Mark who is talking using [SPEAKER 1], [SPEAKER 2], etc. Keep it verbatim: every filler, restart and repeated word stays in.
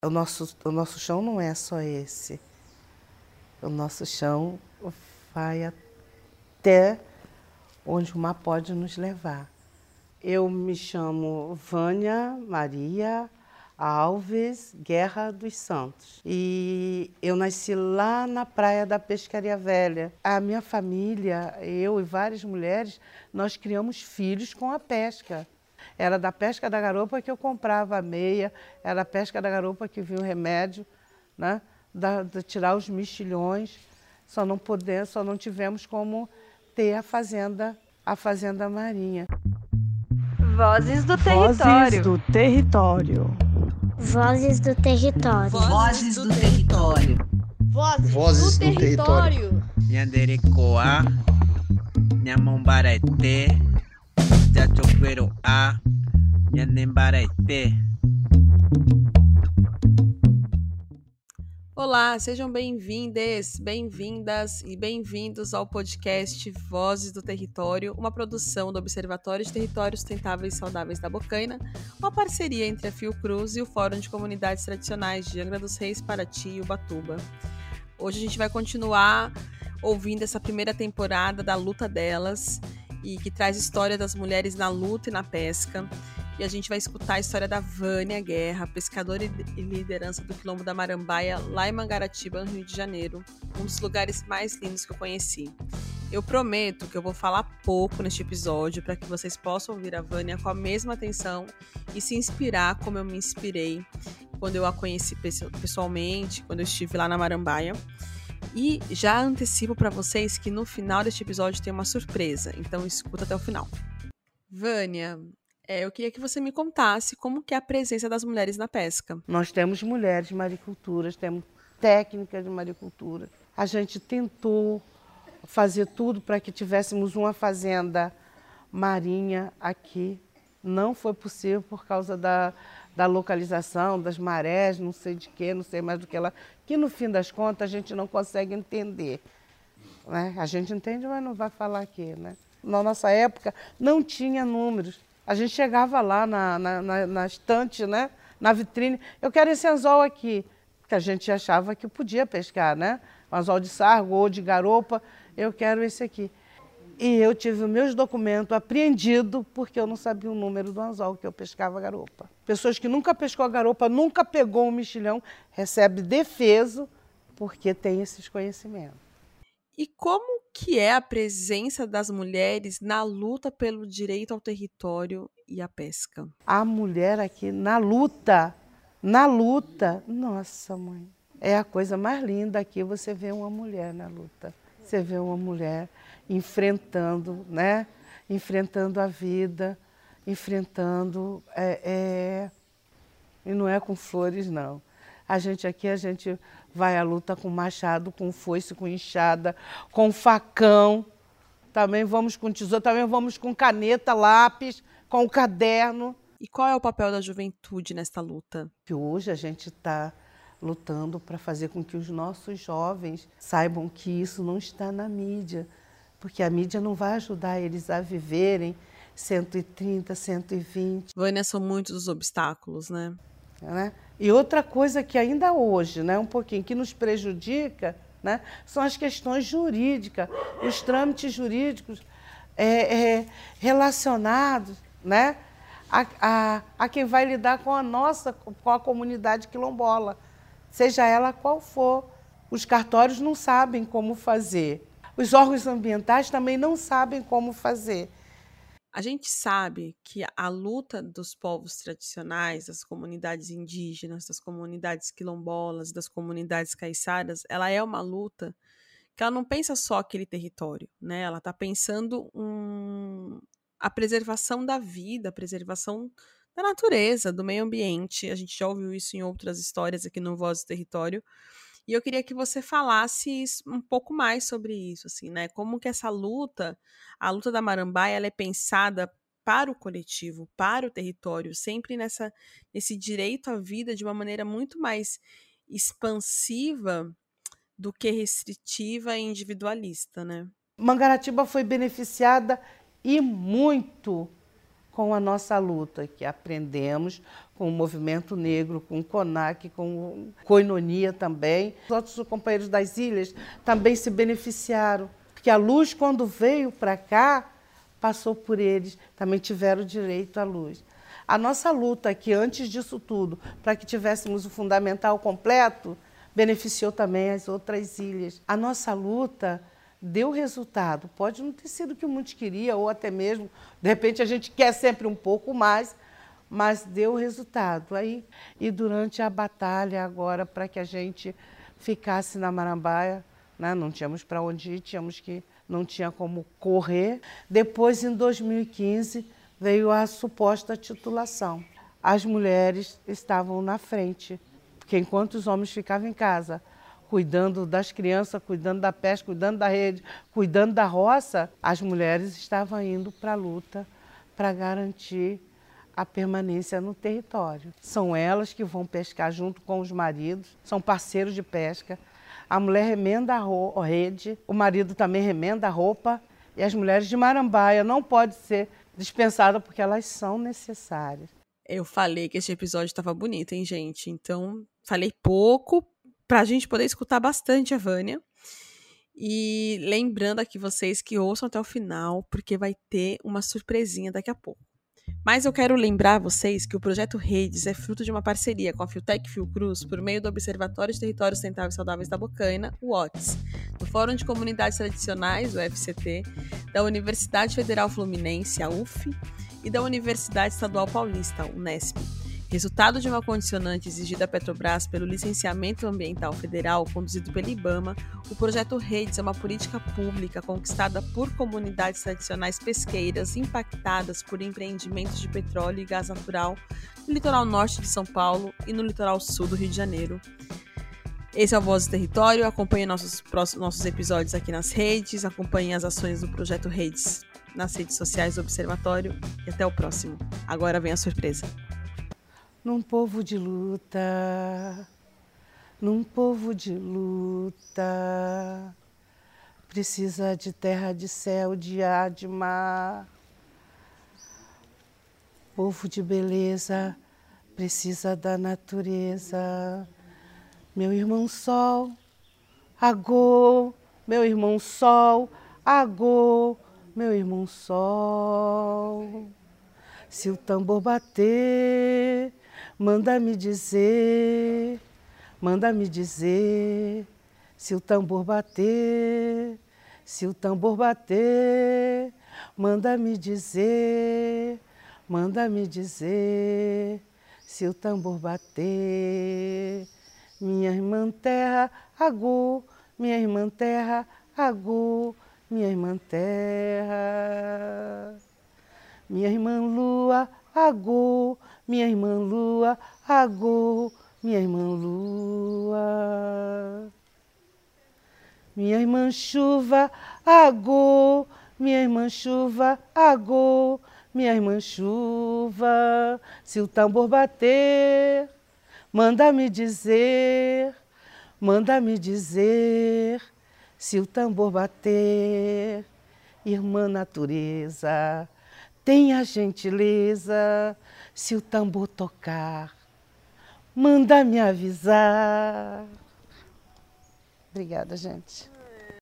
[SPEAKER 1] O nosso, o nosso chão não é só esse. O nosso chão vai até onde o mar pode nos levar. Eu me chamo Vânia Maria Alves Guerra dos Santos e eu nasci lá na praia da Pescaria Velha. A minha família, eu e várias mulheres, nós criamos filhos com a pesca. Era da pesca da garopa que eu comprava a meia, era a pesca da garopa que vinha o remédio, né? Da, de tirar os mexilhões. Só não poder, só não tivemos como ter a fazenda, a fazenda marinha.
[SPEAKER 2] Vozes do
[SPEAKER 3] Vozes
[SPEAKER 2] território.
[SPEAKER 3] do território.
[SPEAKER 4] Vozes do território.
[SPEAKER 5] Vozes do território.
[SPEAKER 6] Vozes,
[SPEAKER 7] Vozes
[SPEAKER 6] do,
[SPEAKER 7] do
[SPEAKER 6] território.
[SPEAKER 8] Nyanderekoa, Nyamombarete, Jachoqueroa, Nyanembarete.
[SPEAKER 9] Olá, sejam bem-vindes, bem-vindas e bem-vindos ao podcast Vozes do Território, uma produção do Observatório de Territórios Sustentáveis e Saudáveis da Bocaina, uma parceria entre a Fiocruz e o Fórum de Comunidades Tradicionais de Angra dos Reis, Paraty e Ubatuba. Hoje a gente vai continuar ouvindo essa primeira temporada da luta delas, e que traz história das mulheres na luta e na pesca. E a gente vai escutar a história da Vânia Guerra, pescadora e liderança do Quilombo da Marambaia, lá em Mangaratiba, no Rio de Janeiro, um dos lugares mais lindos que eu conheci. Eu prometo que eu vou falar pouco neste episódio para que vocês possam ouvir a Vânia com a mesma atenção e se inspirar como eu me inspirei quando eu a conheci pessoalmente, quando eu estive lá na Marambaia. E já antecipo para vocês que no final deste episódio tem uma surpresa, então escuta até o final. Vânia, é, eu queria que você me contasse como que é a presença das mulheres na pesca.
[SPEAKER 1] Nós temos mulheres mariculturas, temos técnicas de maricultura. A gente tentou fazer tudo para que tivéssemos uma fazenda marinha aqui. Não foi possível por causa da, da localização, das marés, não sei de quê, não sei mais do que lá, que no fim das contas a gente não consegue entender. Né? A gente entende, mas não vai falar aqui. Né? Na nossa época não tinha números. A gente chegava lá na, na, na, na estante, né? Na vitrine, eu quero esse anzol aqui, porque a gente achava que podia pescar, né? Um anzol de sargo ou de garopa, eu quero esse aqui. E eu tive os meus documentos apreendidos porque eu não sabia o número do anzol que eu pescava garopa. Pessoas que nunca pescou a garopa, nunca pegou um mexilhão, recebe defeso porque tem esses conhecimentos.
[SPEAKER 9] E como que é a presença das mulheres na luta pelo direito ao território e à pesca?
[SPEAKER 1] A mulher aqui na luta, na luta, nossa mãe, é a coisa mais linda aqui, você vê uma mulher na luta. Você vê uma mulher enfrentando, né? Enfrentando a vida, enfrentando, é, é... e não é com flores, não. A gente aqui, a gente vai à luta com machado, com foice, com enxada, com facão, também vamos com tesouro, também vamos com caneta, lápis, com o caderno.
[SPEAKER 9] E qual é o papel da juventude nesta luta?
[SPEAKER 1] Que hoje a gente está lutando para fazer com que os nossos jovens saibam que isso não está na mídia, porque a mídia não vai ajudar eles a viverem cento e trinta, cento e vinte.
[SPEAKER 9] Vânia, são muitos os obstáculos, né?
[SPEAKER 1] Né? E outra coisa que ainda hoje, né, um pouquinho, que nos prejudica, né, são as questões jurídicas, os trâmites jurídicos é, é, relacionados, né, a, a, a quem vai lidar com a nossa, com a comunidade quilombola, seja ela qual for. Os cartórios não sabem como fazer. Os órgãos ambientais também não sabem como fazer.
[SPEAKER 9] A gente sabe que a luta dos povos tradicionais, das comunidades indígenas, das comunidades quilombolas, das comunidades caiçaras, ela é uma luta que ela não pensa só aquele território, né? Ela está pensando um, a preservação da vida, a preservação da natureza, do meio ambiente. A gente já ouviu isso em outras histórias aqui no Voz do Território. E eu queria que você falasse um pouco mais sobre isso, assim, né? Como que essa luta, a luta da Marambaia, ela é pensada para o coletivo, para o território, sempre nessa, nesse direito à vida de uma maneira muito mais expansiva do que restritiva e individualista, né?
[SPEAKER 1] Mangaratiba foi beneficiada e muito com a nossa luta, que aprendemos com o Movimento Negro, com o CONAC, com o Koinonia também. Os outros companheiros das ilhas também se beneficiaram, porque a luz, quando veio para cá, passou por eles, também tiveram direito à luz. A nossa luta aqui, antes disso tudo, para que tivéssemos o fundamental completo, beneficiou também as outras ilhas. A nossa luta deu resultado. Pode não ter sido o que muitos queriam, ou até mesmo, de repente, a gente quer sempre um pouco mais, mas deu resultado. Aí, e durante a batalha agora, para que a gente ficasse na Marambaia, né, não tínhamos para onde ir, tínhamos que, não tinha como correr. Depois, em dois mil e quinze, veio a suposta titulação. As mulheres estavam na frente, porque enquanto os homens ficavam em casa, cuidando das crianças, cuidando da pesca, cuidando da rede, cuidando da roça, as mulheres estavam indo para a luta para garantir a permanência no território. São elas que vão pescar junto com os maridos, são parceiros de pesca. A mulher remenda a rede, o marido também remenda a roupa, e as mulheres de Marambaia não podem ser dispensadas porque elas são necessárias.
[SPEAKER 9] Eu falei que esse episódio estava bonito, hein, gente? Então, falei pouco para a gente poder escutar bastante a Vânia. E lembrando aqui vocês que ouçam até o final, porque vai ter uma surpresinha daqui a pouco. Mas eu quero lembrar vocês que o Projeto Redes é fruto de uma parceria com a Fiotec Fiocruz por meio do Observatório de Territórios Sustentáveis e Saudáveis da Bocaina, o O T S, do Fórum de Comunidades Tradicionais, o F C T, da Universidade Federal Fluminense, a U F, e da Universidade Estadual Paulista, a Unesp. Resultado de uma condicionante exigida à Petrobras pelo Licenciamento Ambiental Federal, conduzido pelo IBAMA, o Projeto Redes é uma política pública conquistada por comunidades tradicionais pesqueiras impactadas por empreendimentos de petróleo e gás natural no litoral norte de São Paulo e no litoral sul do Rio de Janeiro. Esse é o Voz do Território. Acompanhe nossos, próximos, nossos episódios aqui nas redes, acompanhe as ações do Projeto Redes nas redes sociais do Observatório e até o próximo. Agora vem a surpresa.
[SPEAKER 1] Num povo de luta, num povo de luta, precisa de terra, de céu, de ar, de mar. Povo de beleza, precisa da natureza. Meu irmão sol, agô, meu irmão sol, agô, meu irmão sol. Se o tambor bater, manda-me dizer, manda-me dizer. Se o tambor bater, se o tambor bater, manda-me dizer, manda-me dizer. Se o tambor bater, minha irmã terra, agô, minha irmã terra, agô, minha irmã terra. Minha irmã lua, agô, minha irmã lua, agô, minha irmã lua. Minha irmã chuva, agô, minha irmã chuva, agô, minha irmã chuva. Se o tambor bater, manda-me dizer, manda-me dizer. Se o tambor bater, irmã natureza, tenha gentileza, se o tambor tocar, manda me avisar. Obrigada, gente.